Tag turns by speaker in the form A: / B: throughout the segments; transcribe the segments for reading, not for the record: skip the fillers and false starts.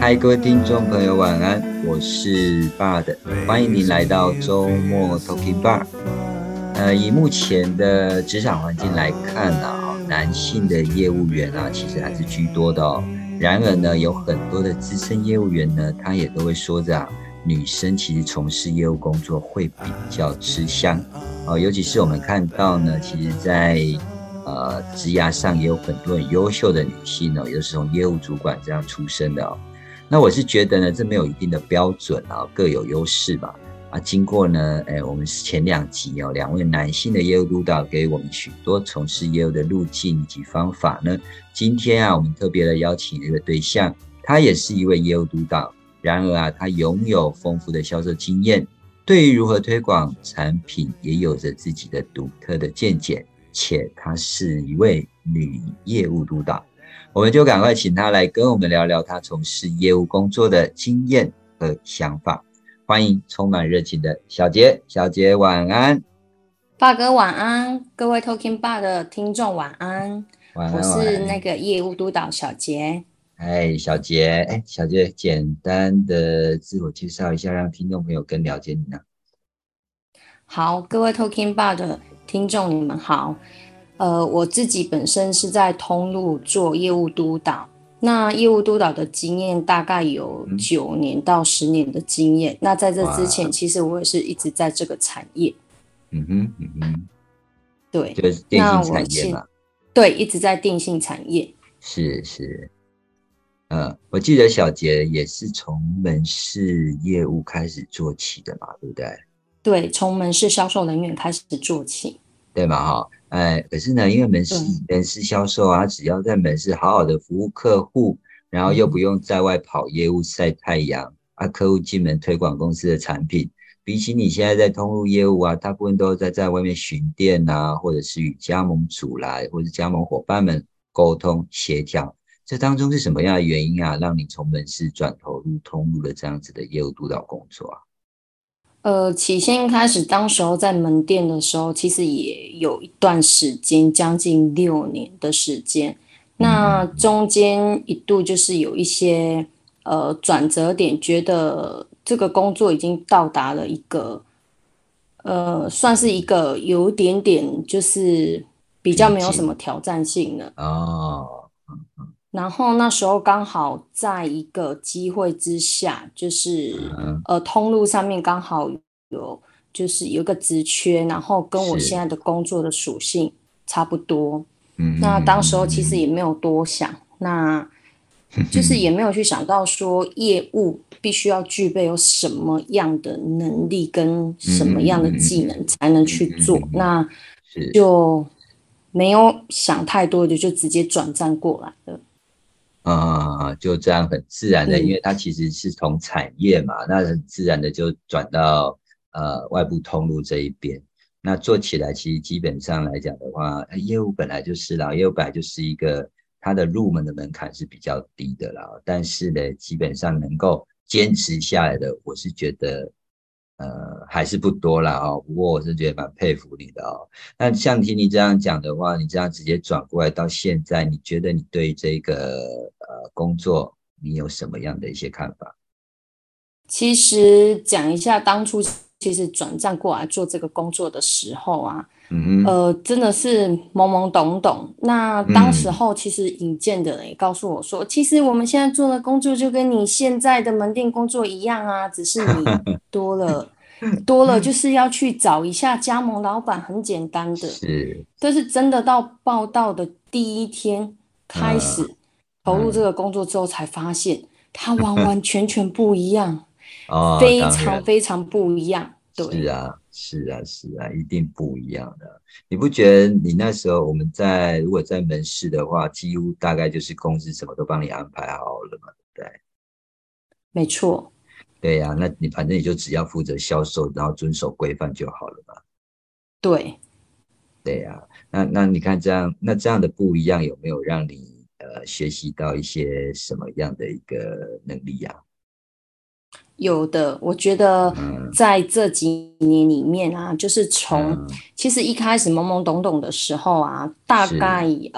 A: 嗨，各位听众朋友，晚安，我是爸的，欢迎您来到周末 Talking Bar。以目前的职场环境来看男性的业务员其实还是居多的哦。然而呢，有很多的资深业务员呢，他也都会说着女生其实从事业务工作会比较吃香尤其是我们看到呢，其实在职涯上也有很多很优秀的女性有的是从业务主管这样出身的那我是觉得呢，这没有一定的标准各有优势吧。经过呢，我们前两集两位男性的业务督导给我们许多从事业务的路径以及方法呢。今天我们特别的邀请一个对象，他也是一位业务督导，然而他拥有丰富的销售经验，对于如何推广产品也有着自己的独特的见解，且她是一位女业务督导。我们就赶快请她来跟我们聊聊她从事业务工作的经验和想法。欢迎充满热情的小杰。小杰晚安。
B: 爸哥晚安，各位 Talking Bar 的听众晚安，
A: 晚安晚
B: 我是那
A: 安。
B: 个业务督导小杰。
A: 小杰简单的自我介绍一下，让听众朋友更了解你呢。
B: 好，各位 Talking Bar 的听众你们好。我自己本身是在通路做业务督导，那业务督导的经验大概有9年到10年的经验。那在这之前，
A: 哇。
B: 其实我也是一直在这个产业。对，
A: 就是电信
B: 那我
A: 产业嘛。
B: 对一直在电信产业。
A: 是是。我记得小杰也是从门市业务开始做起的嘛，对不对？
B: 对，从门市销售人员开始做起。
A: 对嘛哈。可是呢，因为
B: 对。
A: 门市销售只要在门市好好的服务客户，然后又不用在外跑业务晒太阳客户进门推广公司的产品，比起你现在在通路业务大部分都在外面巡店或者是与加盟主或者是加盟伙伴们沟通协调，这当中是什么样的原因让你从门市转投入通路的这样子的业务督导工作
B: 起先开始，当时候在门店的时候，其实也有一段时间，将近6年的时间。那中间一度就是有一些转折点，觉得这个工作已经到达了一个算是一个有点点就是比较没有什
A: 瓶颈
B: 么挑战性了。
A: 哦。
B: 然后那时候刚好在一个机会之下，就是通路上面刚好就是有一个职缺，然后跟我现
A: 是。
B: 在的工作的属性差不多。那当时候其实
A: 嗯。
B: 也没有多想，那就是也没有去想到说业务必须要具备有什么样的能力跟什么样的技能才能去做，那
A: 是。
B: 就没有想太多的，就直接转战过来了。
A: 就这样很自然的，因
B: 嗯，
A: 为它其实是从产业嘛，那很自然的就转到外部通路这一边。那做起来其实基本上来讲的话，业务本来就是啦，业务本来就是一个它的入门的门槛是比较低的啦，但是呢，基本上能够坚持下来的，我是觉得还是不多啦不过我是觉得蛮佩服你的那像听你这样讲的话，你这样直接转过来到现在，你觉得你对这个工作你有什么样的一些看法？
B: 其实讲一下当初其实转战过来做这个工作的时候真的是懵懵懂懂。那当时
A: 嗯。
B: 候其实引荐的人也告诉我说，其实我们现在做的工作就跟你现在的门店工作一样只是你多了多了，就是要去找一下加盟老板，很简单的。
A: 是。
B: 但是真的到报道的第一天开
A: 嗯
B: 始投入这
A: 嗯。
B: 个工作之后，才发现它完完全全不一样，非
A: 当然。
B: 常非常不一样。对。
A: 是啊，是啊，是啊，一定不一样的。你不觉得你那时候如果在门市的话，几乎大概就是公司什么都帮你安排好了嘛，对不对？
B: 没错。
A: 对呀，那你反正你就只要负责销售，然后遵守规范就好了嘛。
B: 对。
A: 对呀，那你看这样，那这样的不一样有没有让你学习到一些什么样的一个能力呀？
B: 有的，我觉得
A: 嗯
B: 在这几年里面就是从
A: 嗯。
B: 其实一开始懵懵懂懂的时候大概
A: 是。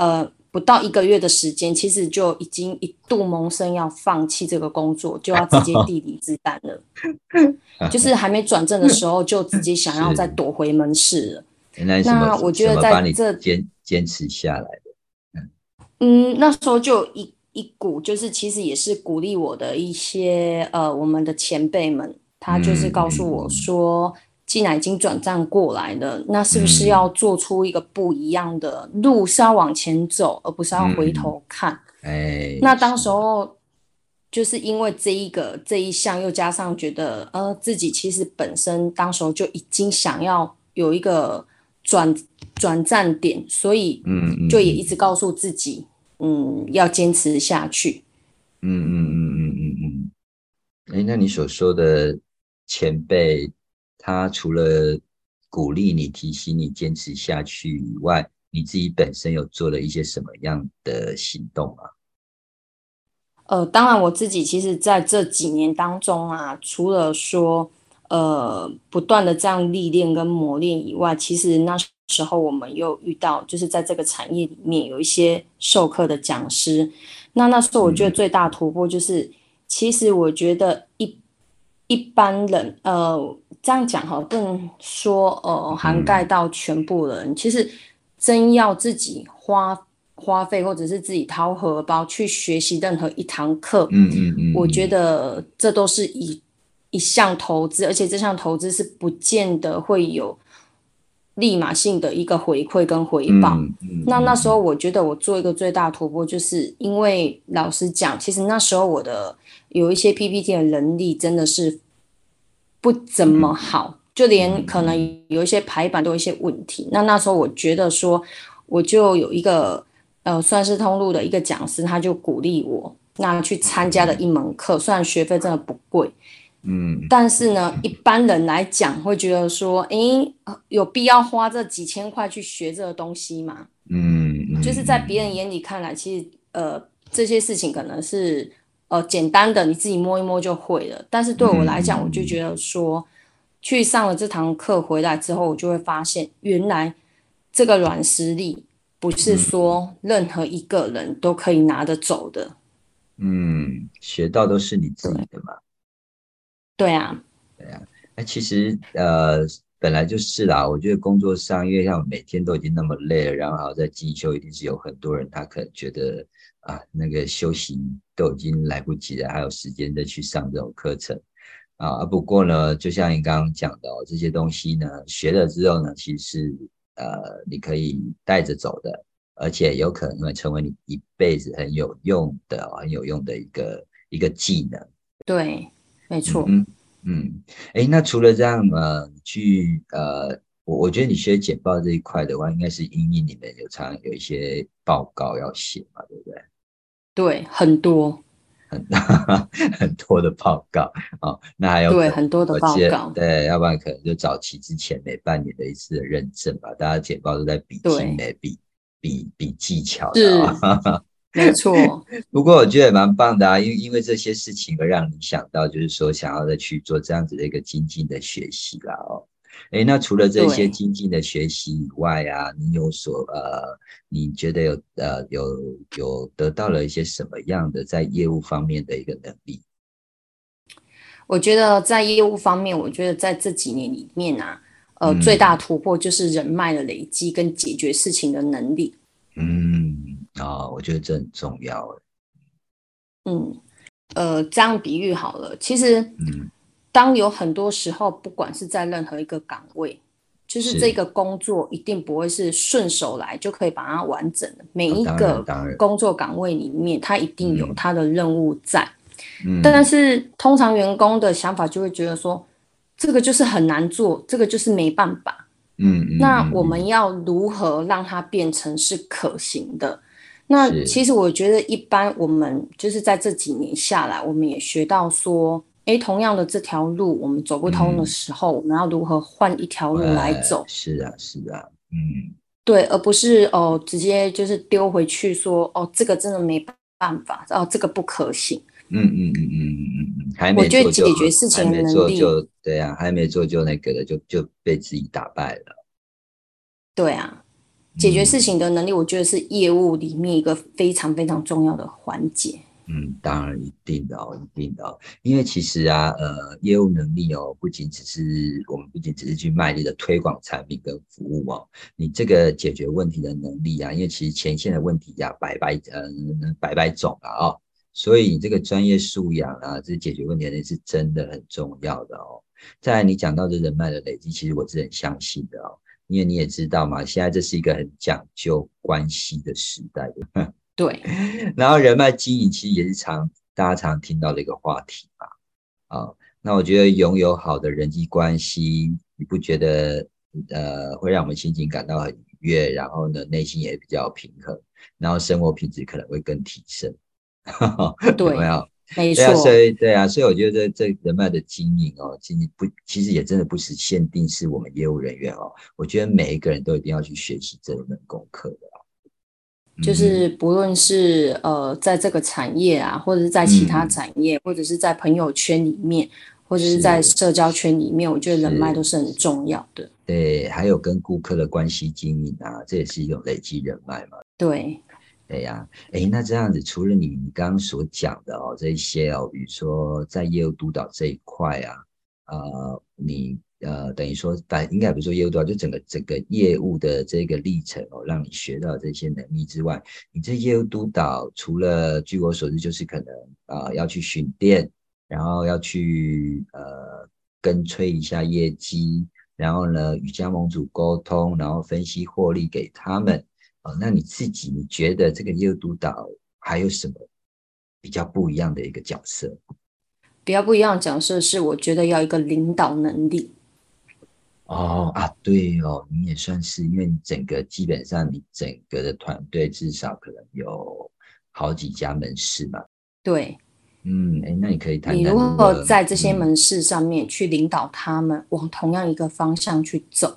B: 不到1个月的时间，其实就已经一度萌生要放弃这个工作，就要直接地离职单了。就是还没转正的时候，就直接想要再
A: 是，
B: 躲回门市了。
A: 那
B: 那我觉得在
A: 把你
B: 这
A: 坚持下来的？
B: 那时候就有一股，就是其实也是鼓励我的一些我们的前辈们，他就是
A: 嗯
B: 告诉我
A: 嗯
B: 说，既然已经转战过来了，那是不是要
A: 嗯
B: 做出一个不一样的路，是要往前走，而不是要回
A: 嗯，
B: 头看？
A: 哎，
B: 那当
A: 是啊，
B: 时候就是因为这一项，又加上觉得自己其实本身当时候就已经想要有一个转转站点，所以
A: 嗯嗯
B: 就也一直
A: 嗯
B: 告诉自己，要坚持下去。
A: 嗯嗯嗯嗯嗯嗯。哎，那你所说的前辈，他除了鼓励你、提醒你坚持下去以外，你自己本身有做了一些什么样的行动吗？
B: 当然我自己其实在这几年当中啊，除了说不断的这样历练跟磨练以外，其实那时候我们又遇到，就是在这个产业里面有一些授课的讲师。那时候我觉得
A: 嗯
B: 最大突破就是，其实我觉得一般人，这样讲哈，不能说涵盖
A: 嗯
B: 到全部人。其实真要自己花费或者是自己掏荷包去学习任何一堂课，
A: 嗯嗯嗯
B: 我觉
A: 嗯
B: 得这都是一项投资，而且这项投资是不见得会有立马性的一个回馈跟回报。
A: 嗯嗯
B: 那时候
A: 嗯
B: 我觉得我做一个最大的突破，就是因为老实讲，其实那时候我的有一些 PPT 的能力真的是不怎么好，就连可能有一些排版都有一些问题。那时候我觉得说，我就有一个算是通路的一个讲师，他就鼓励我那去参加的一门课，虽然学费真的不贵，
A: 嗯
B: 但是呢，一般人来讲会觉得说，诶，有必要花这几千块去学这个东西吗？
A: 嗯
B: 就是在别人眼里看来，其实这些事情可能是简单的，你自己摸一摸就会了。但是对我来讲，我就觉得说，去上了这堂课回来之后，我就会发现，原来这个软实力不是说任何一个人都可以拿得走的。
A: 学到都是你自己
B: 对
A: 的嘛。
B: 对啊，
A: 那其实本来就是啦。我觉得工作上，因为像每天都已经那么累了，然后还要再进修，一定是有很多人他可能觉得那个休息都已经来不及了，还有时间再去上这种课程不过呢，就像你刚刚讲的这些东西呢，学了之后呢，其实是你可以带着走的，而且有可能会成为你一辈子很有用的一个技能。
B: 对，没错。
A: 嗯哼，哎，那除了这样，我觉得你学简报这一块的话，应该是因应你们常有一些报告要写嘛，对不对？
B: 对，很多，
A: 很多的报告那还有
B: 对，
A: 可能，
B: 很多的
A: 我记得
B: 报告，
A: 对，要不然可能就早期之前每半年的一次的认证吧，大家简报都在比精
B: 对，
A: 美、比技巧的
B: 是没错。
A: 不过我觉得也蛮棒的因为这些事情而让你想到，就是说想要再去做这样子的一个精进的学习啦诶，那除了这些
B: 对，
A: 精进的学习以外你你觉得有得到了一些什么样的在业务方面的一个能力？
B: 我觉得在业务方面，我觉得在这几年里面啊，最大
A: 嗯
B: 突破就是人脉的累积跟解决事情的能力。
A: 我觉得这很重要
B: 嗯，这样比喻好了，其实
A: 嗯，
B: 当有很多时候，不管是在任何一个岗位，就是这
A: 是
B: 个工作一定不会是顺手来就可以把它完整的。每一
A: 当然
B: 个
A: 当然，
B: 工作岗位里面，它一定有
A: 嗯
B: 它的任务在。但
A: 嗯
B: 是通常员工的想法就会觉得说，这个就是很难做，这个就是没办法。
A: 嗯嗯
B: 那我们
A: 嗯嗯，
B: 要如何让它变成是可行的？那
A: 是
B: 其实我觉得，一般我们就是在这几年下来，我们也学到说，诶，同样的这条路我们走不通的
A: 嗯。
B: 时候，我们要如何换一条路来走？
A: 是啊，是啊，
B: 对，而不是直接就是丢回去说，这个真的没办法，这个不可行。
A: 还
B: 我觉得
A: 没做就
B: 解决事情的能力，
A: 对啊，还没做就那个了，就被自己打败了。
B: 对啊。 解决事情的能力，我觉得是业务里面一个非常非常重要的环节。
A: 当然一定的哦，一定的哦，因为其实啊，业务能力哦，我们不仅只是去卖力的推广产品跟服务哦，你这个解决问题的能力啊，因为其实前线的问题呀、百百种啊哦，所以你这个专业素养啊，这解决问题的能力是真的很重要的哦。再来，你讲到这人脉的累积，其实我是很相信的哦，因为你也知道嘛，现在这是一个很讲究关系的时代。
B: 对，
A: 然后人脉经营其实也是大家常听到的一个话题嘛。那我觉得拥有好的人际关系，你不觉得会让我们心情感到很愉悦，然后呢内心也比较平衡，然后生活品质可能会更提升，有没
B: 对，
A: 有？对啊，所
B: 没错。
A: 以对啊，所以我觉得这人脉的经营哦，其实也真的不是限定是我们业务人员哦，我觉得每一个人都一定要去学习这一门功课的。
B: 就
A: 嗯哼，
B: 是不论是在这个产业啊，或者是在其他
A: 嗯，
B: 产业，或者是在朋友圈里面，或者是在
A: 是
B: 社交圈里面，我觉得人脉都
A: 是。
B: 是很重要的。
A: 对，还有跟顾客的关系经营啊，这也是一种累积人脉嘛。
B: 对，
A: 对呀，哎，那这样子，除了你刚刚所讲的哦，这一些哦，比如说在业务督导这一块啊，你等于说，应该不是说业务督导，就整个业务的这个历程哦，让你学到这些能力之外，你这业务督导除了据我所知，就是可能要去巡店，然后要去跟催一下业绩，然后呢与加盟主沟通，然后分析获利给他们。那你自己你觉得这个业务督导还有什么比较不一样的一个角色？
B: 比较不一样的角色是，我觉得要一个领导能力。
A: 对哦，你也算是，因为基本上你整个的团队至少可能有好几家门市嘛。
B: 对，
A: 那你可以谈
B: 你如
A: 谈如何，
B: 何在这些门市上面去领导他们往同样一个方向去走？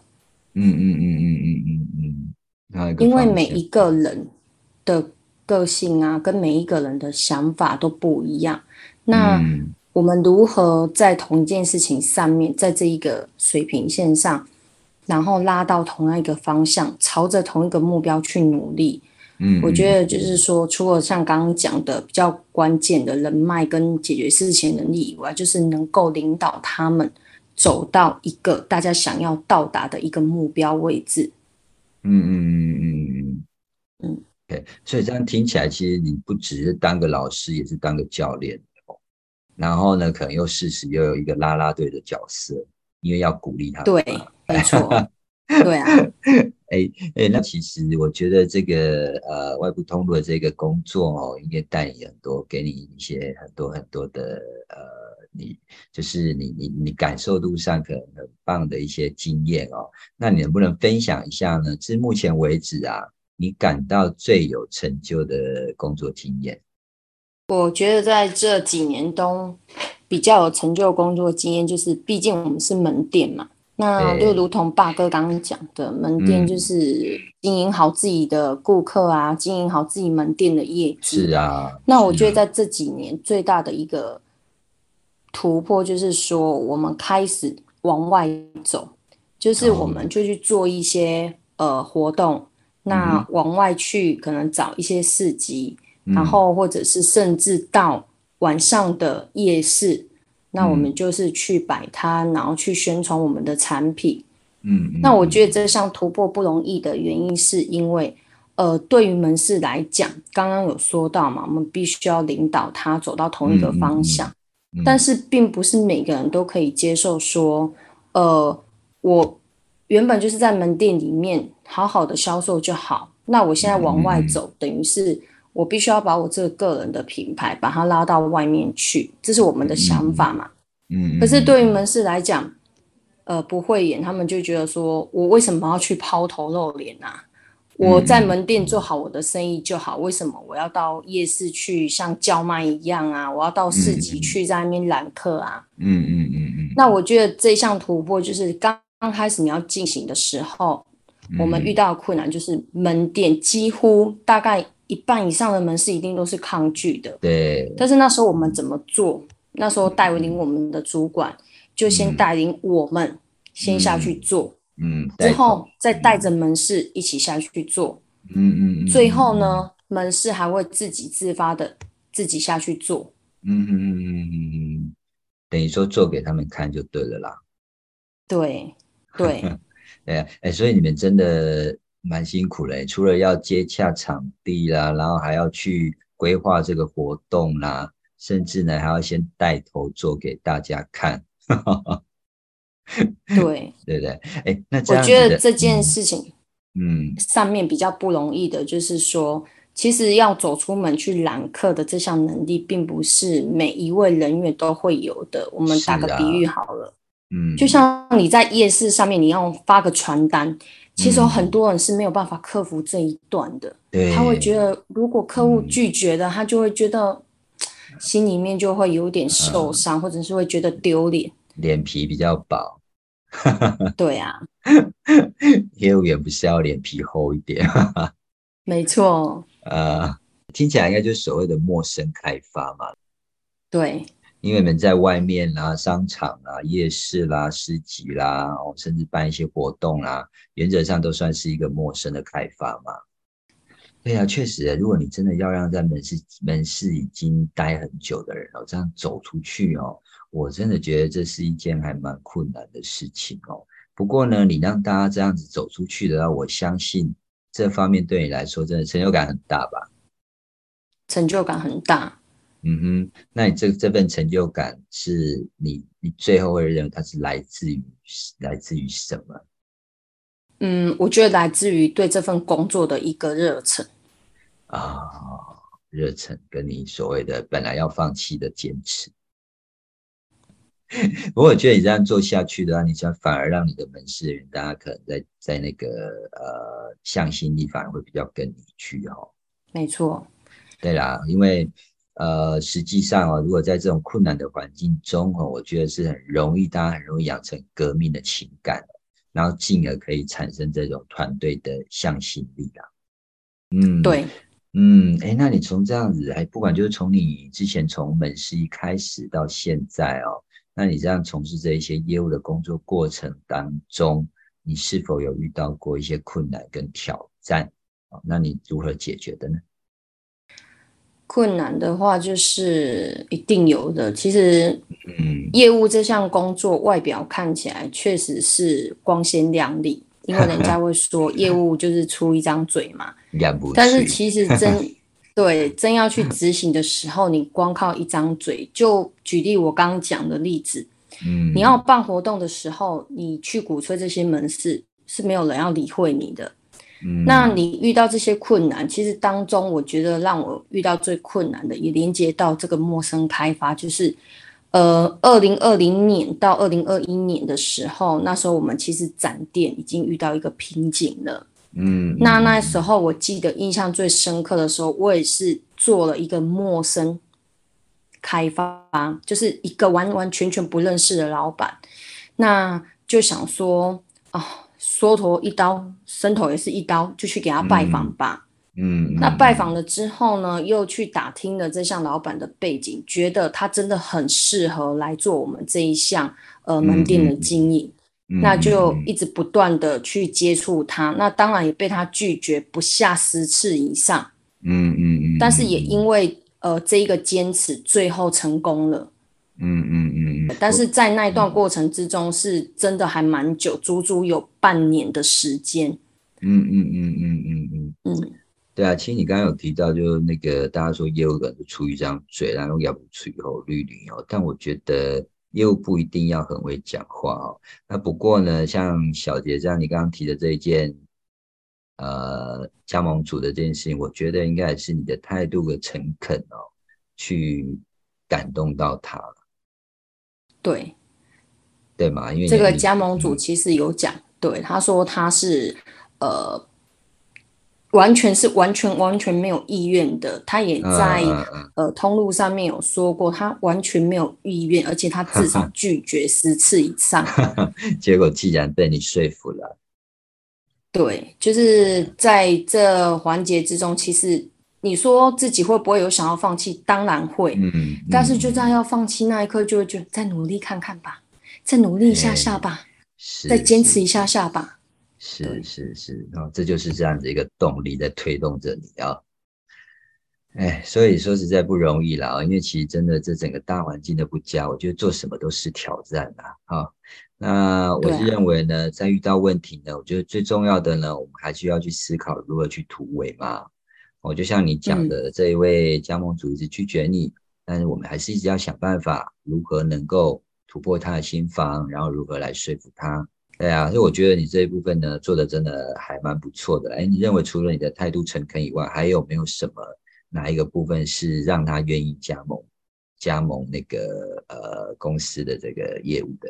A: 还有一个
B: 因为
A: 方向，
B: 每一个人的个性啊，跟每一个人的想法都不一样。那
A: 嗯
B: 我们如何在同一件事情上面，在这一个水平线上，然后拉到同样一个方向，朝着同一个目标去努力？我觉得就是说，除了像刚刚讲的比较关键的人脉跟解决事情能力以外，就是能够领导他们走到一个大家想要到达的一个目标位置。
A: 嗯嗯嗯嗯嗯
B: 嗯，
A: ，OK，所以这样听起来，其实你不只是当个老师，也是当个教练。然后呢，可能适时又有一个啦啦队的角色，因为要鼓励他们
B: 对，
A: 嘛。
B: 没错，对啊。
A: 那其实我觉得这个外部通路的这个工作哦，应该带你很多，给你一些很多很多的你就是你感受度上可能很棒的一些经验哦。那你能不能分享一下呢？至目前为止啊，你感到最有成就的工作经验？
B: 我觉得在这几年中比较有成就工作经验，就是毕竟我们是门店嘛，那就
A: 对，
B: 如同爸哥刚刚讲的，门店就
A: 嗯，
B: 是经营好自己的顾客啊，经营好自己门店的业绩。
A: 是啊，
B: 那我觉得
A: 是啊。
B: 在这几年最大的一个突破，就是说我们开始往外走，就是我们
A: 哦，
B: 就去做一些活动，那
A: 嗯哼，
B: 往外去可能找一些市集，然
A: 嗯
B: 后或者是甚至到晚上的夜市，那我们
A: 嗯
B: 就是去摆摊，然后去宣传我们的产品。
A: 嗯
B: 那我觉得
A: 嗯嗯
B: 这项突破不容易的原因，是因为对于门市来讲，刚刚有说到嘛，我们必须要领导他走到同一个
A: 嗯嗯
B: 方向。
A: 嗯嗯
B: 但是并不是每个人都可以接受说，我原本就是在门店里面好好的销售就好，那我现在往外
A: 嗯
B: 走，等于是我必须要把我这个人的品牌把它拉到外面去，这是我们的想法嘛。可是对于门市来讲，不会演，他们就觉得说我为什么要去抛头露脸啊？我在门店做好我的生意就好，为什么我要到夜市去像叫卖一样啊？我要到市集去在那边揽客啊？那我觉得这项突破就是刚刚开始你要进行的时候，我们遇到的困难就是门店几乎大概一半以上的门市一定都是抗拒的。
A: 对，
B: 但是那时候我们怎么做？那时候带领我们的主管就先
A: 嗯
B: 带领我们先下去
A: 嗯
B: 做， 之
A: 带头，
B: 后再带着门市一起下去做，最后
A: 嗯
B: 呢，门市还会自己自发的自己下去做。
A: 等于说做给他们看就对了啦。
B: 对对，
A: 对啊，所以你们真的蛮辛苦的，除了要接洽场地啦，然后还要去规划这个活动啦，甚至呢还要先带头做给大家看，
B: 对，
A: 对不对？那这
B: 我
A: 样子的，
B: 觉得这件事情
A: 嗯，
B: 上面比较不容易的，就是说，其实要走出门去揽客的这项能力，并不是每一位人员都会有的。我们打个比
A: 是啊，
B: 喻好了，就
A: 嗯
B: 像你在夜市上面，你要发个传单，其实有很
A: 嗯，
B: 多人是没有办法克服这一段的。他会觉
A: 对，
B: 得，如果客户
A: 嗯
B: 拒绝了，他就会觉得心里面就会有点受
A: 嗯，
B: 伤，或者是会觉得丢脸。
A: 脸皮比较薄，
B: 对啊，
A: 业务员不是要脸皮厚一点，
B: 没错，
A: 听起来应该就是所谓的陌生开发嘛。
B: 对。
A: 因为你们在外面啦、商场啦、夜市啦、市集啦，甚至办一些活动啦，原则上都算是一个陌生的开发嘛。对啊，确实，如果你真的要让在门市已经待很久的人这样走出去我真的觉得这是一件还蛮困难的事情不过呢，你让大家这样子走出去的话，我相信这方面对你来说真的成就感很大吧。
B: 成就感很大。
A: 那你这份成就感是你最后会认为它是来自于什么
B: 嗯，我觉得来自于对这份工作的一个热忱。
A: 啊？热忱跟你所谓的本来要放弃的坚持。不过我觉得你这样做下去的话，你想反而让你的门市人，大家可能在那个向心力反而会比较跟你去
B: 没错，
A: 对啦，因为实际上如果在这种困难的环境中我觉得是大家很容易养成革命的情感，然后进而可以产生这种团队的向心力啦。嗯
B: 对。
A: 那你从这样子，不管就是从你之前从门市一开始到现在那你这样从事这一些业务的工作过程当中，你是否有遇到过一些困难跟挑战？那你如何解决的呢？
B: 困难的话就是一定有的。其实
A: 嗯，
B: 业务这项工作外表看起来确实是光鲜亮丽，因为人家会说业务就是出一张嘴嘛。
A: 两不
B: 但是
A: 水，
B: 其实真要去执行的时候，你光靠一张嘴，就举例我刚刚讲的例子，你要
A: 嗯
B: 办活动的时候，你去鼓吹这些门市，是没有人要理会你的。那
A: 嗯
B: 你遇到这些困难，其实当中我觉得让我遇到最困难的，也连接到这个陌生开发，就是2020年到2021年的时候，那时候我们其实展店已经遇到一个瓶颈了。那时候我记得印象最深刻的时候，我也是做了一个陌生开发，就是一个完完全全不认识的老板，那就想说啊，缩头一刀，伸头也是一刀，就去给他拜访
A: 嗯
B: 吧。那拜访
A: 嗯
B: 了之后呢，又去打听了这项老板的背景，觉得他真的很适合来做我们这一项门店的经营，那就一直不断的去接触他，那当然也被他拒绝不下10次以上，但是也因为这一个坚持，最后成功了。但是在那一段过程之中，是真的还蛮久，足足有半年的时间。嗯，
A: 对啊，其实你刚刚有提到，就是那个大家说业务可能出一张嘴，然后要不出以后绿绿但我觉得业务不一定要很会讲话那不过呢，像小杰这样你刚刚提的这一件加盟主的这件事情，我觉得应该也是你的态度的诚恳去感动到他了，
B: 对，
A: 对吗？因为
B: 这个
A: 你
B: 加盟主其实有讲，对，他说他是呃完全没有意愿的，他也在通路上面有说过，他完全没有意愿，而且他至少拒绝10次以上。
A: 结果既然被你说服了，
B: 对，就是在这环节之中，其实你说自己会不会有想要放弃？当然会，但是就在要放弃那一刻，就会觉得再努力看看吧，再努力一下下
A: 哎，
B: 吧。 再
A: 是
B: 坚持一下
A: 是是
B: 下吧。
A: 是
B: 对，
A: 是是，这就是这样子一个动力在推动着你啊。哎，所以说实在不容易啦，因为其实真的这整个大环境的不佳，我觉得做什么都是挑战啦。那我是
B: 对啊，
A: 认为呢，在遇到问题呢，我觉得最重要的呢，我们还需要去思考如何去突围嘛。就像你讲
B: 嗯，
A: 的，这一位加盟主一直拒绝你，但是我们还是一直要想办法，如何能够突破他的心防，然后如何来说服他。对啊，所以我觉得你这一部分呢，做的真的还蛮不错的。哎，你认为除了你的态度诚恳以外，还有没有什么哪一个部分是让他愿意加盟那个公司的这个业务的？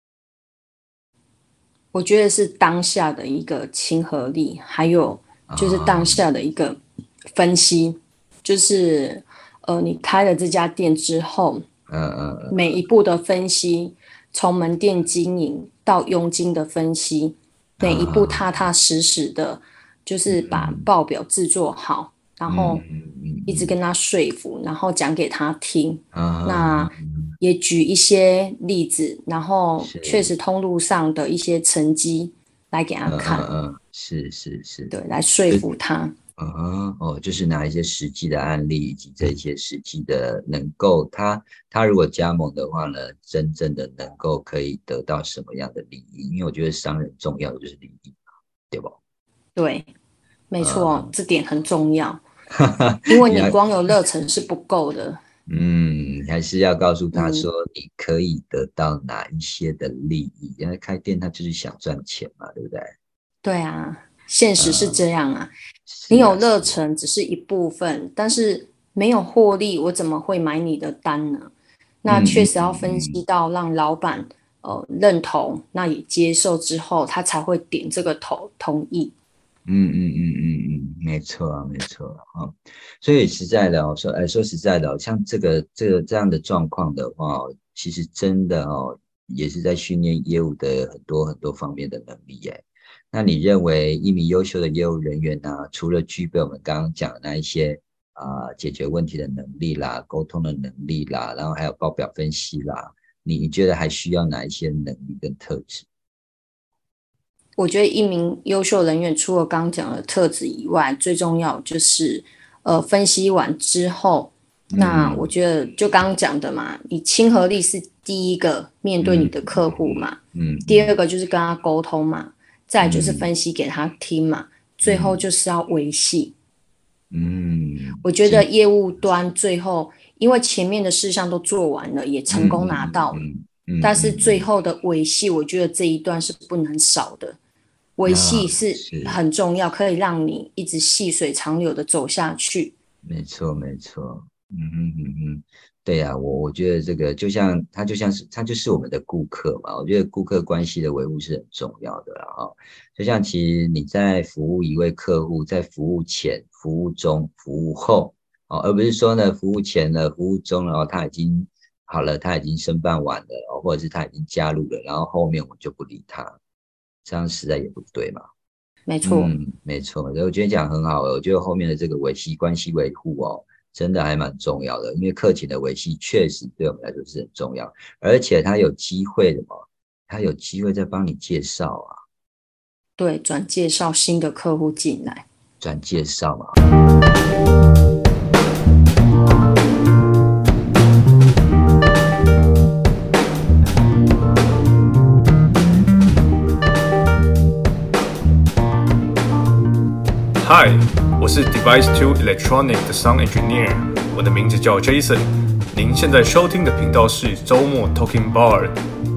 B: 我觉得是当下的一个亲和力，还有就是当
A: 啊，
B: 下的一个分析，就是你开了这家店之后，每一步的分析，从门店经营到佣金的分析，每一步踏踏实实的，就是把
A: 嗯
B: 报表制作好，然
A: 嗯
B: 后
A: 嗯嗯嗯
B: 一直跟他说服，然后讲给他听。那
A: 啊，
B: 也举一些例子，然后确
A: 是，
B: 实通路上的一些成绩来给他看，
A: 是是是，
B: 对，来说
A: 就
B: 服他。
A: 就是拿一些实际的案例以及这些实际的能够他如果加盟的话呢，真正的能够可以得到什么样的利益？因为我觉得商人重要的就是利益，对不？
B: 对，没错，
A: 呃，
B: 这点很重要，因为
A: 你要
B: 你光有热忱是不够的。
A: 还是要告诉他
B: 嗯，
A: 说你可以得到哪一些的利益，因为开店他就是想赚钱嘛，对不对？
B: 对啊，现实是
A: 呃，
B: 这样啊。你
A: 是
B: 有
A: 啊是啊，
B: 热忱只是一部分，但是没有获利，我怎么会买你的单呢？那
A: 嗯嗯
B: 确实要分析
A: 嗯嗯。
B: 到让老板认同，那也接受之后，他才会点这个头同意。
A: 没错啊，没错啊，所以实在的说实在的像这样的状况的话其实真的也是在训练业务的很多很多方面的能力耶。那你认为一名优秀的业务人员呢，除了具备我们刚刚讲的那一些解决问题的能力啦、沟通的能力啦，然后还有报表分析啦，你觉得还需要哪一些能力跟特质？
B: 我觉得一名优秀人员除了刚刚讲的特质以外，最重要就是分析完之后，那我
A: 嗯
B: 觉得就刚刚讲的嘛，你亲和力是第一个面对你
A: 嗯
B: 的客户嘛，第二
A: 嗯嗯
B: 个就是跟他沟通嘛，再来就是
A: 嗯
B: 分析给他听嘛，最后
A: 嗯
B: 就是要维系。我觉得
A: 记
B: 业务端最后因为前面的事项都做完了，也成功拿到了，但是最后的维系，我觉得这一段是不能少的。维系是
A: 是
B: 很重要，可以让你一直细水长流的走下去。
A: 没错没错，对呀、我觉得这个就像就是我们的顾客嘛，我觉得顾客关系的维护是很重要的啦就像其实你在服务一位客户，在服务前、服务中、服务后而不是说呢服务前了、服务中了他已经好了，他已经申办完了或者是他已经加入了，然后后面我就不理他，这样实在也不对嘛。
B: 没错，
A: 没错，我觉得讲得很好，我觉得后面的这个关系维护真的还蛮重要的，因为客情的维系确实对我们来说是很重要，而且他有机会的嘛，他有机会再帮你介绍
B: 对，转介绍新的客户进来。
A: 转介绍嘛。
C: Hi，我是 Device Two Electronic 的 Sound Engineer，我的名字叫 Jason。您现在收听的频道是周末 Talking Bar。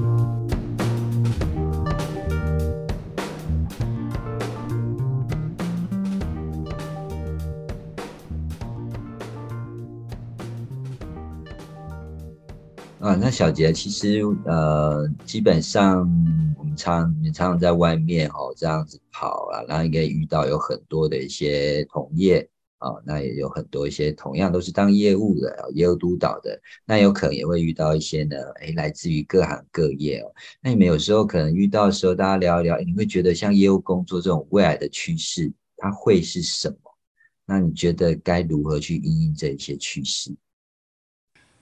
A: 那小杰，其实基本上你常常在外面这样子跑然后应该遇到有很多的一些同业那也有很多一些同样都是当业务的业务督导的，那有可能也会遇到一些呢，来自于各行各业那你们有时候可能遇到的时候，大家聊一聊，你会觉得像业务工作这种未来的趋势，它会是什么？那你觉得该如何去因应这一些趋势？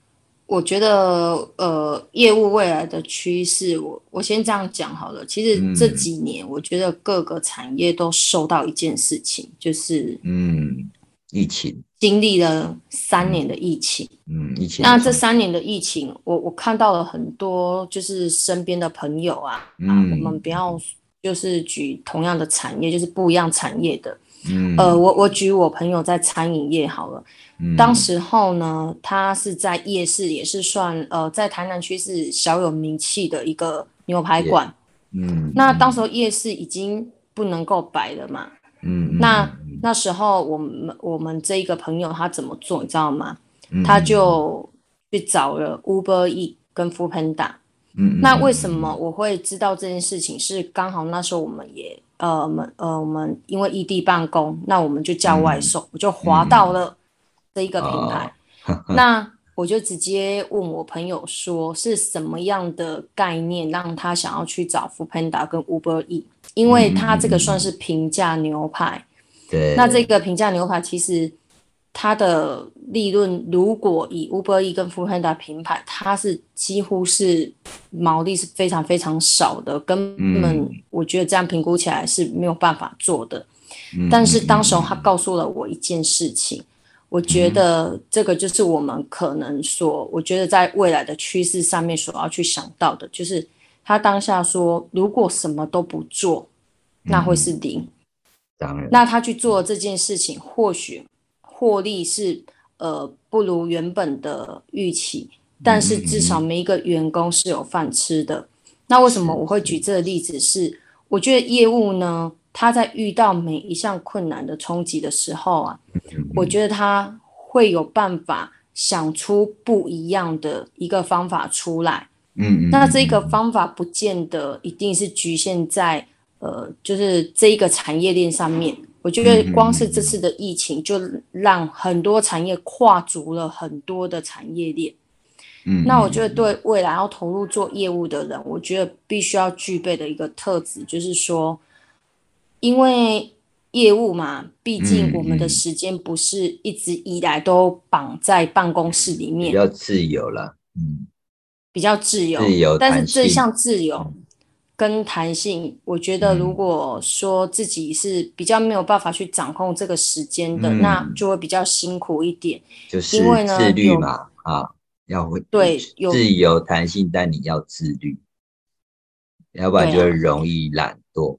B: 我觉得业务未来的趋势，我先这样讲好了。其实这几年，我觉得各个产业都受到一件事情，就是
A: 疫情，
B: 经历了3年的疫情。
A: 疫情。
B: 那这3年的疫情，我看到了很多，就是身边的朋友啊，我们不要就是举同样的产业，就是不一样产业的。我举我朋友在餐饮业好了。当时候呢，他是在夜市，也是算在台南区是小有名气的一个牛排馆。那当时候夜市已经不能够摆了嘛。那时候我们这一个朋友他怎么做，你知道吗？他就去找了 Uber E 跟 Foodpanda。那为什么我会知道这件事情？是刚好那时候我们也我们因为异地办公，那我们就叫外送，我就滑到了这一个平台。那我就直接问我朋友说，是什么样的概念让他想要去找 Foodpanda 跟 Uber E？ 因为他这个算是平价牛排。
A: 对。
B: 那这个平价牛排其实它的利润，如果以 Uber E 跟 Foodpanda 平台，它是几乎是毛利是非常非常少的，根本我觉得这样评估起来是没有办法做的。但是当时他告诉了我一件事情，我觉得这个就是我们可能我觉得在未来的趋势上面所要去想到的，就是他当下说，如果什么都不做，那会是零。
A: 当然。
B: 那他去做这件事情，或许获利是不如原本的预期，但是至少每一个员工是有饭吃的。那为什么我会举这个例子是，我觉得业务呢，他在遇到每一项困难的冲击的时候啊，我觉得他会有办法想出不一样的一个方法出来。那这个方法不见得一定是局限在就是这一个产业链上面。我觉得光是这次的疫情，就让很多产业跨足了很多的产业链。那我觉得对未来要投入做业务的人，我觉得必须要具备的一个特质，就是说，因为业务嘛，毕竟我们的时间不是一直以来都绑在办公室里面，
A: 比较自由了。
B: 比较自由，但是这项自由跟弹性，我觉得如果说自己是比较没有办法去掌控这个时间的，那就会比较辛苦一点。
A: 就是
B: 因为呢
A: 自律嘛，要会自由弹性，但你要自律，要不然就会容易懒惰。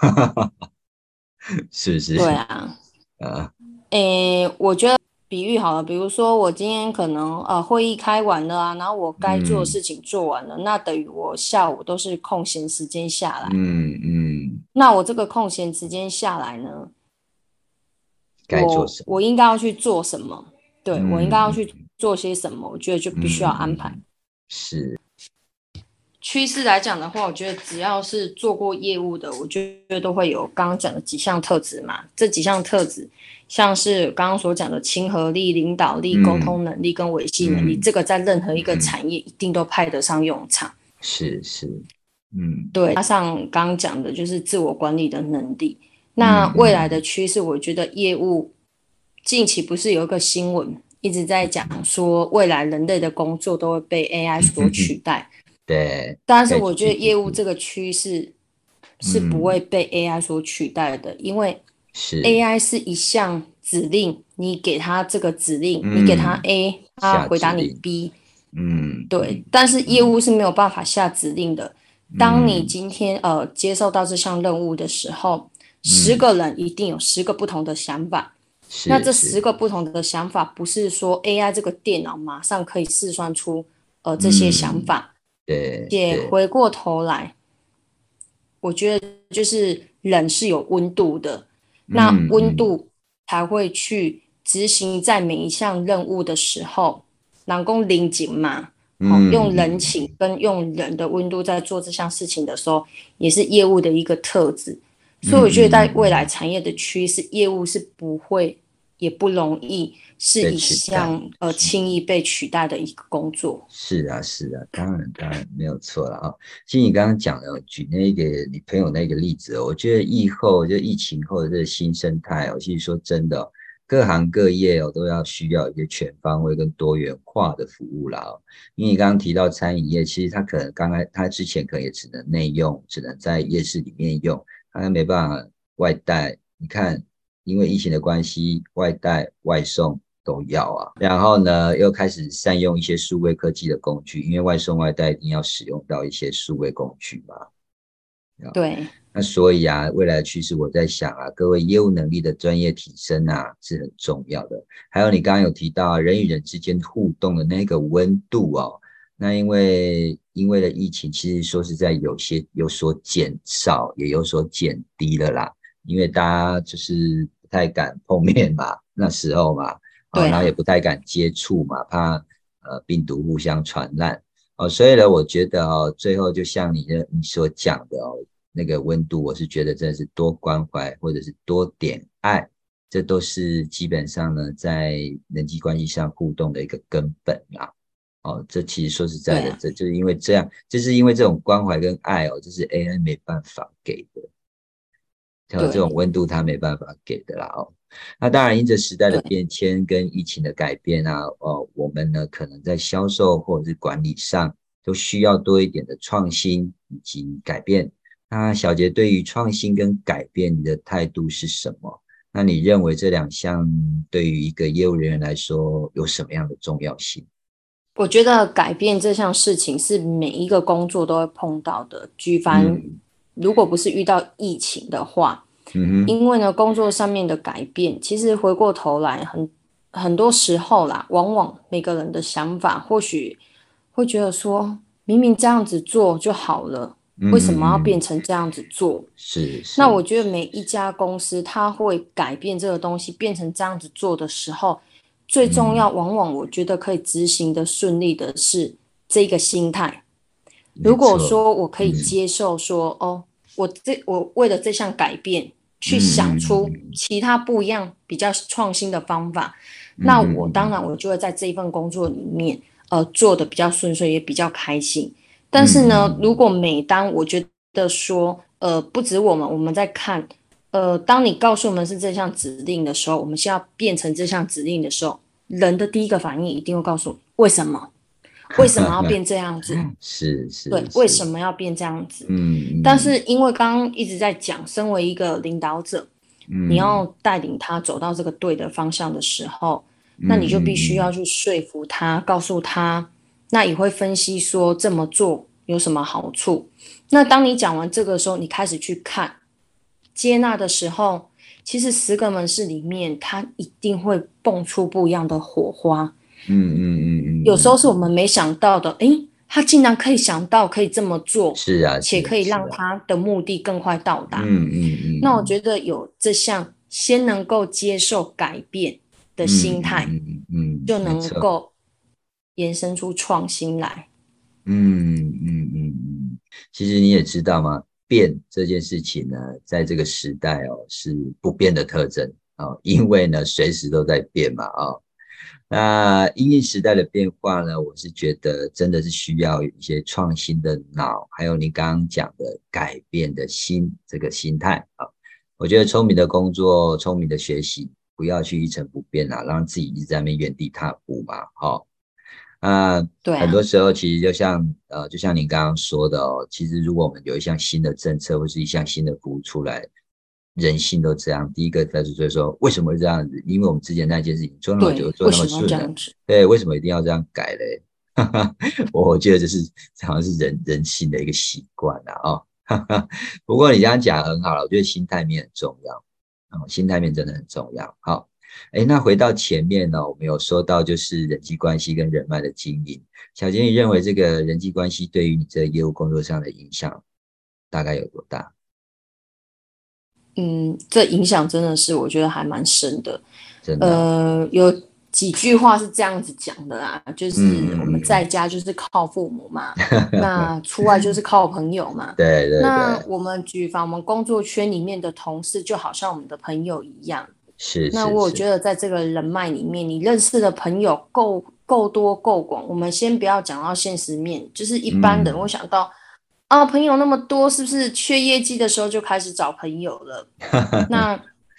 A: 是不是？
B: 对啊。我觉得比喻好了，比如说我今天可能会议开完了啊，然后我该做的事情做完了，那等于我下午都是空闲时间下来。那我这个空闲时间下来呢，
A: 该做什么？
B: 我应该要去做什么？对，我应该要去做些什么？我觉得就必须要安排。
A: 是。
B: 趋势来讲的话，我觉得只要是做过业务的，我觉得都会有刚刚讲的几项特质嘛。这几项特质，像是刚刚所讲的亲和力、领导力、沟通能力跟维系能力，这个在任何一个产业一定都派得上用场。
A: 是。
B: 对，加上刚刚讲的就是自我管理的能力。那未来的趋势，我觉得业务近期不是有一个新闻一直在讲说，未来人类的工作都会被 AI 所取代。
A: 对，
B: 但是我觉得业务这个趋势是不会被 AI 所取代的，因为 AI 是一项指令，你给他这个指令，你给他 A， 他回答你 B。对。但是业务是没有办法下指令的。当你今天接受到这项任务的时候，10个人一定有10个不同的想法。那这10个不同的想法，不是说 AI 这个电脑马上可以试算出这些想法。
A: 对。
B: 也回过头来，我觉得就是人是有温度的，那温度才会去执行在每一项任务的时候，人讲人情嘛，用人情跟用人的温度在做这项事情的时候，也是业务的一个特质。所以我觉得在未来产业的趋势，业务是不会也不容易是一项轻易被取代的一个工作。
A: 是啊，当然没有错了啊。其实你刚刚讲的举那个你朋友那个例子，我觉得疫情后的这个新生态，其实说真的， 各行各业都要需要一些全方位跟多元化的服务啦因为你刚刚提到餐饮业，其实它可能它之前可能也只能内用，只能在夜市里面用，它没办法外带。你看，因为疫情的关系，外带外送都要啊。然后呢，又开始善用一些数位科技的工具，因为外送外带一定要使用到一些数位工具嘛。
B: 对。
A: 那所以啊，未来的趋势我在想啊，各位业务能力的专业提升啊是很重要的。还有你刚刚有提到人与人之间互动的那个温度那因为的疫情，其实说实在有所减少，也有所减低了啦。因为大家就是不太敢碰面嘛，那时候嘛，然后也不太敢接触嘛，怕病毒互相传染所以呢，我觉得最后就像你所讲的那个温度，我是觉得真的是多关怀或者是多点爱，这都是基本上呢在人际关系上互动的一个根本啦。这其实说实在的，这就是因为这样，就是因为这种关怀跟爱这是 AI 没办法给的，这种温度它没办法给的啦那当然，因着时代的变迁跟疫情的改变啊，我们呢可能在销售或者是管理上都需要多一点的创新以及改变。那小杰对于创新跟改变，你的态度是什么？那你认为这两项对于一个业务人员来说有什么样的重要性？
B: 我觉得改变这项事情是每一个工作都会碰到的。举凡如果不是遇到疫情的话，因为呢工作上面的改变，其实回过头来很多时候啦，往往每个人的想法或许会觉得说，明明这样子做就好了，为什么要变成这样子做？
A: 是。
B: 那我觉得每一家公司它会改变这个东西变成这样子做的时候，最重要往往我觉得可以执行的顺利的是这个心态。如果说我可以接受说我为了这项改变去想出其他不一样比较创新的方法，那我当然我就会在这一份工作里面做得比较顺遂，也比较开心。但是呢，如果每当我觉得说不止我们在看当你告诉我们是这项指令的时候，我们需要变成这项指令的时候，人的第一个反应一定会告诉你为什么要变这样子
A: 是
B: 对，为什么要变这样子但是因为刚刚一直在讲，身为一个领导者你要带领他走到这个对的方向的时候那你就必须要去说服他，告诉他，那也会分析说这么做有什么好处。那当你讲完这个时候，你开始去看接纳的时候，其实10个门市里面它一定会蹦出不一样的火花。有时候是我们没想到的，他竟然可以想到可以这么做，
A: 是啊，
B: 且可以让他的目的更快到达。那我觉得有这项先能够接受改变的心态，就能够延伸出创新来。
A: 其实你也知道嘛，变这件事情呢，在这个时代是不变的特征因为呢随时都在变嘛那因应时代的变化呢，我是觉得真的是需要一些创新的脑，还有你刚刚讲的改变的心，这个心态我觉得聪明的工作，聪明的学习，不要去一成不变让自己一直在那边原地踏步嘛
B: 对
A: 很多时候其实就像您刚刚说的其实如果我们有一项新的政策或是一项新的服务出来，人性都这样，第一个就是说为什么会这样子？因为我们之前那件事情做那么久，做那么顺了，对，为什么一定要这样改嘞？我觉得这是好像是人性的一个习惯不过你这样讲很好了，我觉得心态面很重要心态面真的很重要。好。那回到前面呢，我们有说到就是人际关系跟人脉的经营。小杰，你认为这个人际关系对于你这个业务工作上的影响大概有多大？
B: 这影响真的是我觉得还蛮深的。
A: 真的
B: 有几句话是这样子讲的啦，就是我们在家就是靠父母嘛，那出外就是靠朋友嘛。
A: 对。
B: 那我们举凡我们工作圈里面的同事，就好像我们的朋友一样。那我觉得在这个人脉里面，你认识的朋友够多够广，我们先不要讲到现实面，就是一般人会想到朋友那么多，是不是缺业绩的时候就开始找朋友了？那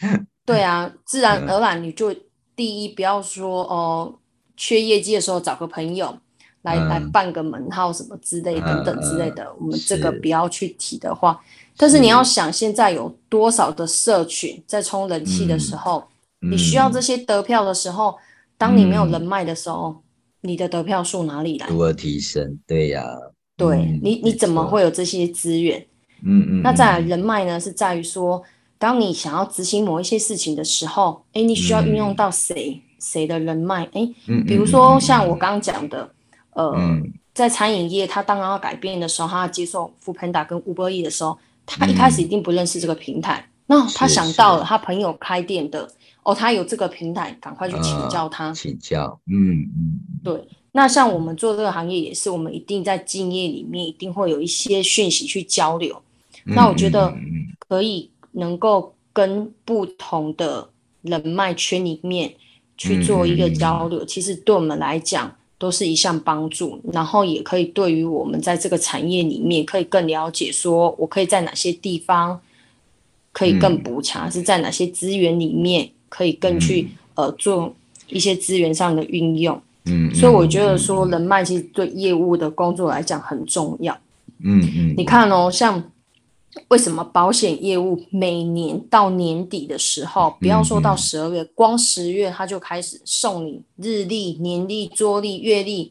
B: 对啊，自然而然你就第一不要说缺业绩的时候找个朋友来
A: 嗯
B: 办个门号什么之类等等之类的，我们这个不
A: 是
B: 要去提的话，但是你要
A: 是，
B: 想现在有多少的社群在冲人气的时
A: 嗯
B: 候，你需要这
A: 嗯
B: 些得票的时候，当你没有人
A: 嗯，
B: 脉的时候，你的得票数哪里来？
A: 如何提升？对呀，
B: 对你怎么
A: 没错，
B: 会有这些资源？
A: 嗯嗯
B: 那再来
A: 嗯
B: 人脉呢，是在于说，当你想要执行某一些事情的时候，哎，你需要运用
A: 嗯
B: 到谁的人脉？哎，比如
A: 嗯嗯嗯
B: 说像我
A: 嗯
B: 刚刚讲的，
A: 嗯
B: 在餐饮业，他当然要改变的时候，他要接受 Foodpanda 跟 Uber E 的时候，他一开始一
A: 嗯，
B: 定不认识这个平台，那他
A: 是
B: 想到了
A: 是，
B: 他朋友开店的，他有这个平台，赶快去请教他。
A: 请教，
B: 对，那像我们做这个行业也是，我们一定在竞业里面一定会有一些讯息去交流。那我觉得可以能够跟不同的人脉圈里面去做一个交流，其实对我们来讲都是一项帮助，然后也可以对于我们在这个产业里面可以更了解，说我可以在哪些地方可以更补强，是在哪些资源里面可以更去做一些资源上的运用。所以我觉得说人脉其实对业务的工作来讲很重要。你看哦，像为什么保险业务每年到年底的时候，不要说到12月，光10月他就开始送你日历、年历、周历、月历。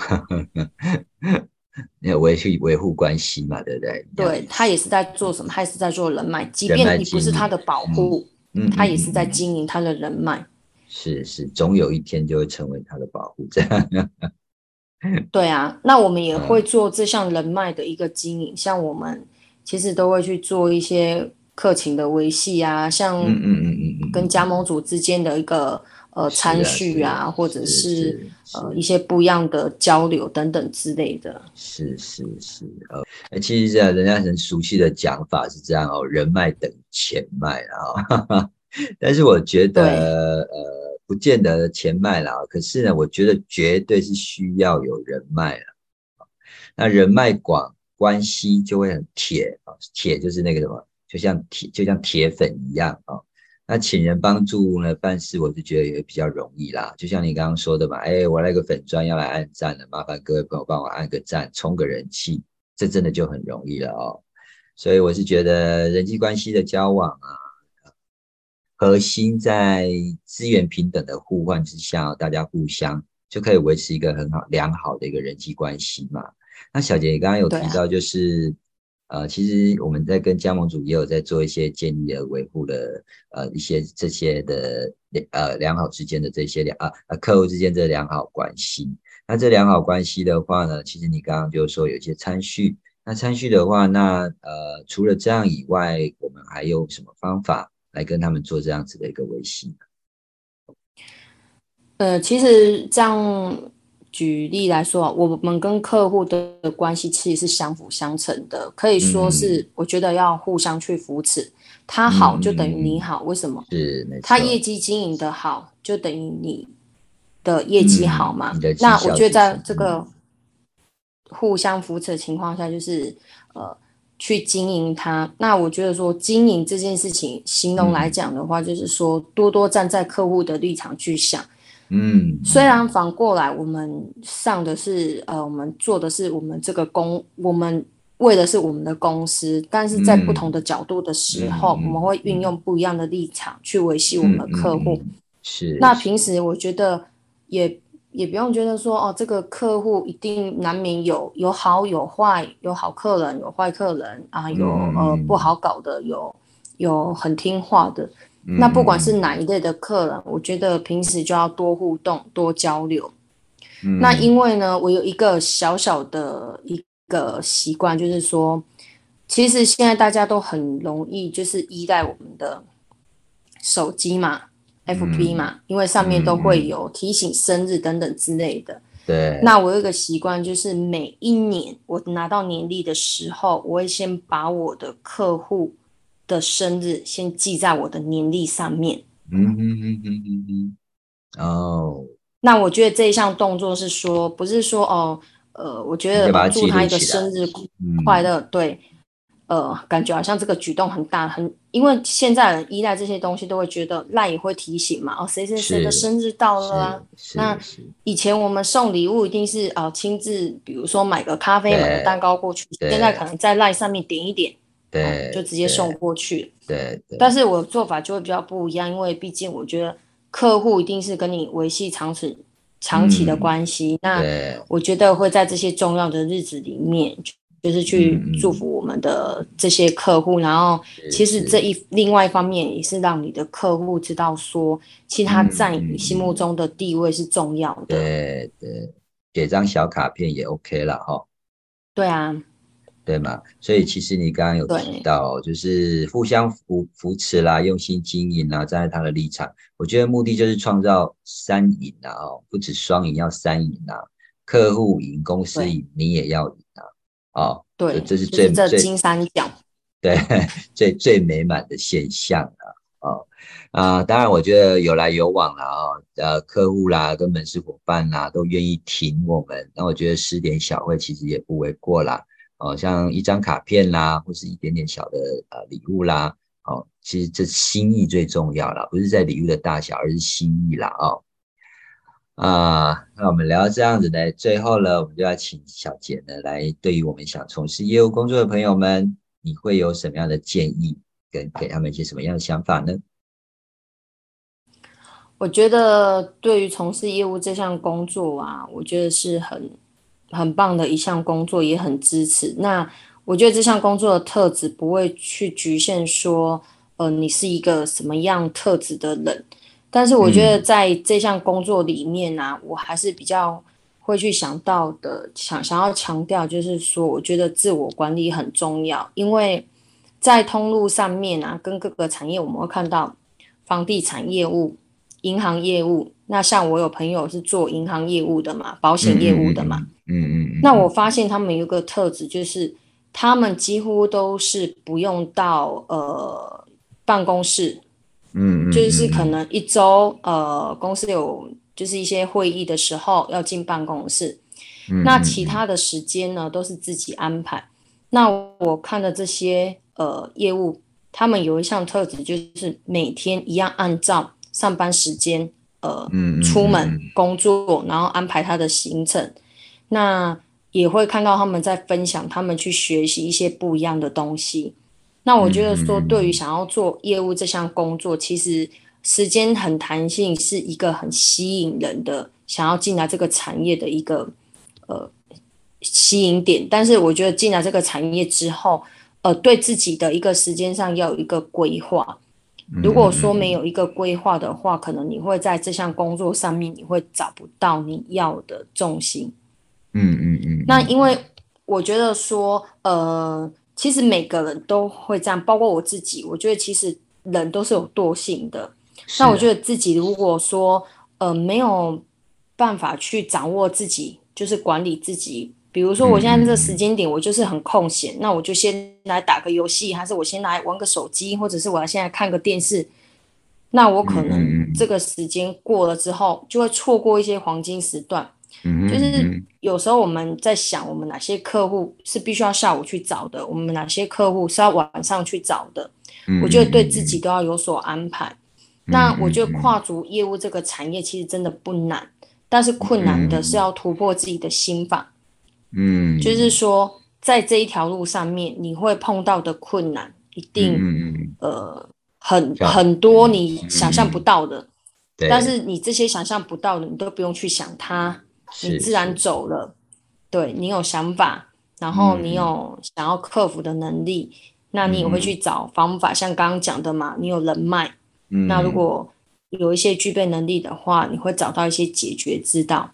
A: 要维护关系嘛，对不对？这样
B: 对，他也是在做什么？他也是在做人脉，即
A: 人脉
B: 便你不
A: 经营，
B: 是他的保护，他也是在经营他的人脉。
A: 是是，总有一天就会成为他的保护，这样，
B: 对啊，那我们也会做这项人脉的一个经营，像我们其实都会去做一些客情的维系啊，像跟加盟主之间的一个参
A: 是啊
B: 叙啊，或者
A: 是
B: 是
A: 是
B: 一
A: 是
B: 些不一样的交流等等之类的。
A: 是是是，其实这样人家很熟悉的讲法是这样哦，人脉等于钱脉啊，但是我觉
B: 对，
A: 得不见得钱脉啦，可是呢，我觉得绝对是需要有人脉啦。那人脉广，关系就会很铁啊，铁就是那个什么，就像铁粉一样啊。那请人帮助呢办事，我是觉得也比较容易啦。就像你刚刚说的嘛，哎，我那个粉专要来按赞了，麻烦各位朋友帮我按个赞，冲个人气，这真的就很容易了哦。所以我是觉得人际关系的交往啊，核心在资源平等的互换之下，大家互相就可以维持一个很好良好的一个人际关系嘛。那小杰，你刚刚有
B: 对啊，
A: 提到，就是其实我们在跟加盟主也有在做一些建立的维护的一些这些的良好之间的这些客户之间的良好关系。那这良好关系的话呢，其实你刚刚就说有一些参序。那参序的话，那除了这样以外，我们还有什么方法来跟他们做这样子的一个维系呢？
B: 其实这样举例来说啊，我们跟客户的关系其实是相辅相成的，可以说
A: 嗯
B: 是我觉得要互相去扶持，他
A: 嗯
B: 好就等于你
A: 嗯，
B: 好，为什么？
A: 是没
B: 他业
A: 错，
B: 绩经营的好，就等于你的业绩好嘛。
A: 你的绩
B: 那我觉得在
A: 效提升，
B: 这个互相扶持的情况下，就是去经营它。那我觉得说经营这件事情，形容来讲的话，就是说多多站在客户的立场去想。虽然反过来，我们上的是我们做的是我们这个我们为的是我们的公司，但是在不同的角度的时候，我们会运用不一样的立场去维系我们的客户。
A: 是是，
B: 那平时我觉得也不用觉得说这个客户一定难免有好有坏，有好客人，有坏客人啊，有不好搞的，有很听话的。那不管是哪一类的客人，我觉得平时就要多互动、多交流。那因为呢，我有一个小小的一个习惯，就是说，其实现在大家都很容易就是依赖我们的手机嘛、FB 嘛，因为上面都会有提醒生日等等之类的。
A: 对，
B: 那我有一个习惯，就是每一年我拿到年历的时候，我会先把我的客户的生日先记在我的年历上面。
A: 哦，
B: 那我觉得这一项动作是说，不是说我觉得
A: 你就把它
B: 祝他一个
A: 记录起来，
B: 生日快乐，对， 感觉好像这个举动很大，因为现在人依赖这些东西都会觉得赖也会提醒嘛，谁谁谁的生日到了啊。那以前我们送礼物一定是亲自，比如说买个咖啡、买个蛋糕过去，现在可能在赖上面点一点，就直接送过去。
A: 对。
B: 但是我的做法就会比较不一样，因为毕竟我觉得客户一定是跟你维系长期的关系，那我觉得会在这些重要的日子里面。就是去祝福我们的这些客户，然后其实另外一方面也是让你的客户知道说，其实他在你心目中的地位是重要的。
A: 对，写张小卡片也 OK 了齁。
B: 对啊，
A: 对嘛？所以其实你刚刚有提到，就是互相扶持啦，用心经营啦，站在他的立场，我觉得目的就是创造三赢啊，不止双赢，要三赢啊，客户赢，公司赢，你也要赢啊。
B: 对，
A: 这是
B: 就是这金三角，
A: 对，最美满的现象当然我觉得有来有往啦客户啦跟门市伙伴啦都愿意挺我们，那我觉得施点小惠其实也不为过啦像一张卡片啦，或是一点点小的礼物啦其实这心意最重要啦，不是在礼物的大小，而是心意啦那我们聊到这样子呢，最后呢，我们就要请小杰呢来对于我们想从事业务工作的朋友们，你会有什么样的建议，跟给他们一些什么样的想法呢？
B: 我觉得对于从事业务这项工作啊，我觉得是很棒的一项工作，也很支持。那我觉得这项工作的特质不会去局限说，你是一个什么样特质的人。但是我觉得在这项工作里面啊，我还是比较会去想到的，想要强调，就是说，我觉得自我管理很重要，因为在通路上面啊，跟各个产业我们会看到房地产业务、银行业务。那像我有朋友是做银行业务的嘛，保险业务的嘛，那我发现他们有一个特质，就是他们几乎都是不用到办公室。就是可能一周公司有就是一些会议的时候要进办公室，那其他的时间呢都是自己安排。那我看的这些业务，他们有一项特质，就是每天一样按照上班时间出门工作，然后安排他的行程。那也会看到他们在分享他们去学习一些不一样的东西。那我觉得说，对于想要做业务这项工作，其实时间很弹性，是一个很吸引人的，想要进来这个产业的一个吸引点。但是我觉得进来这个产业之后，对自己的一个时间上要有一个规划。如果说没有一个规划的话，可能你会在这项工作上面，你会找不到你要的重心。那因为我觉得说，其实每个人都会这样，包括我自己。我觉得其实人都是有惰性的。那我觉得自己如果说没有办法去掌握自己，就是管理自己。比如说我现在这个时间点，我就是很空闲，那我就先来打个游戏，还是我先来玩个手机，或者是我要现在看个电视。那我可能这个时间过了之后，就会错过一些黄金时段。就是有时候我们在想，我们哪些客户是必须要下午去找的，我们哪些客户是要晚上去找的，我觉得对自己都要有所安排。那我觉得跨足业务这个产业其实真的不难，但是困难的是要突破自己的心法。就是说在这一条路上面，你会碰到的困难一定很多你想象不到的。但是你这些想象不到的，你都不用去想它，你自然走了。对，你有想法，然后你有想要克服的能力，那你也会去找方法。像刚刚讲的嘛，你有人脉，那如果有一些具备能力的话，你会找到一些解决之道。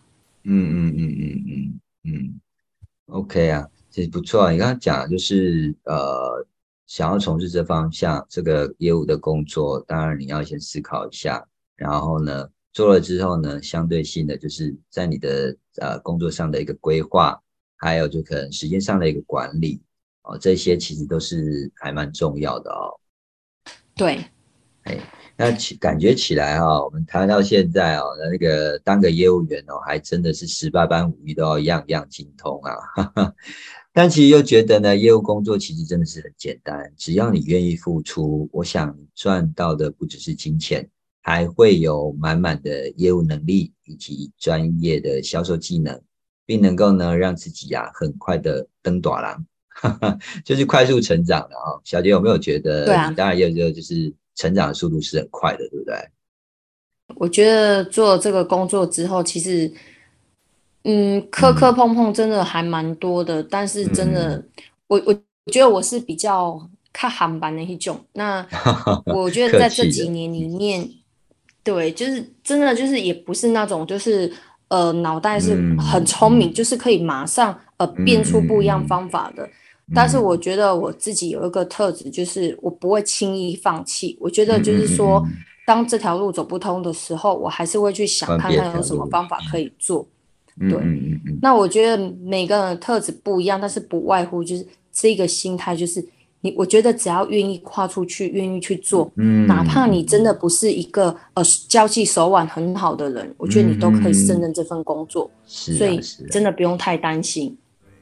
A: OK 啊，其实不错啊。你刚刚讲的就是想要从事这方向这个业务的工作，当然你要先思考一下。然后呢，做了之后呢，相对性的就是在你的工作上的一个规划，还有就可能时间上的一个管理这些其实都是还蛮重要的
B: 对，
A: 那感觉起来我们谈到现在那个当个业务员还真的是18般武艺都要样样精通啊。 但其实又觉得呢，业务工作其实真的是很简单，只要你愿意付出，我想你赚到的不只是金钱，还会有满满的业务能力以及专业的销售技能，并能够呢让自己很快的登大人，就是快速成长了哦。小杰有没有觉
B: 对啊，
A: 得你当然也有就是成长的速度是很快的，对不对？
B: 我觉得做这个工作之后，其实磕磕
A: 嗯
B: 碰碰真的还蛮多的，但是真
A: 嗯，
B: 的，我觉得我是比较看航班的一种。那我觉得
A: 客
B: 在这
A: 气的，
B: 几年里面，对，就是真的就是也不是那种就是脑袋是很
A: 嗯
B: 聪明，就是可以马上变出不一样
A: 嗯
B: 方法的。但是我
A: 嗯
B: 觉得我自己有一个特质，就是我不会轻易放弃。我觉得就
A: 嗯嗯
B: 是说，
A: 嗯，
B: 当这条路走不通的时候，我还是会去想
A: 换别
B: 看看有什么
A: 条路，
B: 方法可以做。对，
A: 嗯，
B: 那我觉得每个人的特质不一样，但是不外乎就是这个心态，就是你，我觉得只要愿意跨出去，愿意去做，哪怕你真的不是一个交际手腕很好的人，我觉得你都可以胜任这份工作，
A: 是
B: 所以
A: 啊是啊，
B: 真的不用太担心。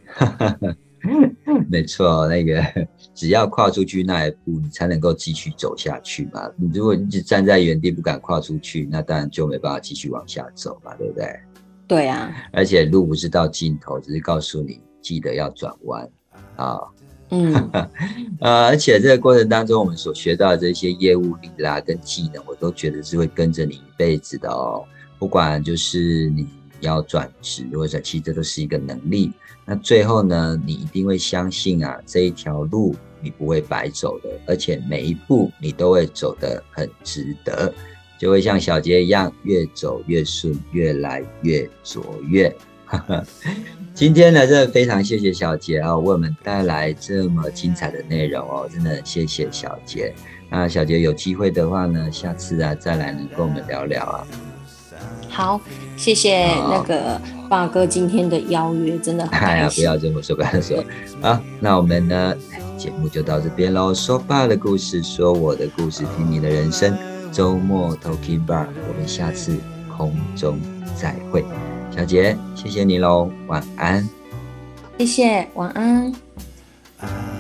A: 没错，那个只要跨出去那一步，你才能够继续走下去嘛。你如果一直站在原地不敢跨出去，那当然就没办法继续往下走嘛，对不对？
B: 对啊，
A: 而且路不是到尽头，只是告诉你记得要转弯啊。
B: 嗯，
A: 而且这个过程当中，我们所学到的这些业务力啦跟技能，我都觉得是会跟着你一辈子的哦。不管就是你要转职，或者其实这都是一个能力。那最后呢，你一定会相信这一条路你不会白走的，而且每一步你都会走得很值得，就会像小杰一样，越走越顺，越来越卓越。今天呢，真的非常谢谢小杰为我们带来这么精彩的内容哦，真的很谢谢小杰。那小杰有机会的话呢，下次再来能跟我们聊聊
B: 好，谢谢那
A: 好
B: 个爸哥今天的邀约，真的很
A: 哎呀，不
B: 开心。
A: 要这么说，不要说。好，那我们呢，节目就到这边喽。说爸的故事，说我的故事，听你的人生。周末 Talking Bar， 我们下次空中再会。小杰，谢谢你喽，晚安。
B: 谢谢，晚安。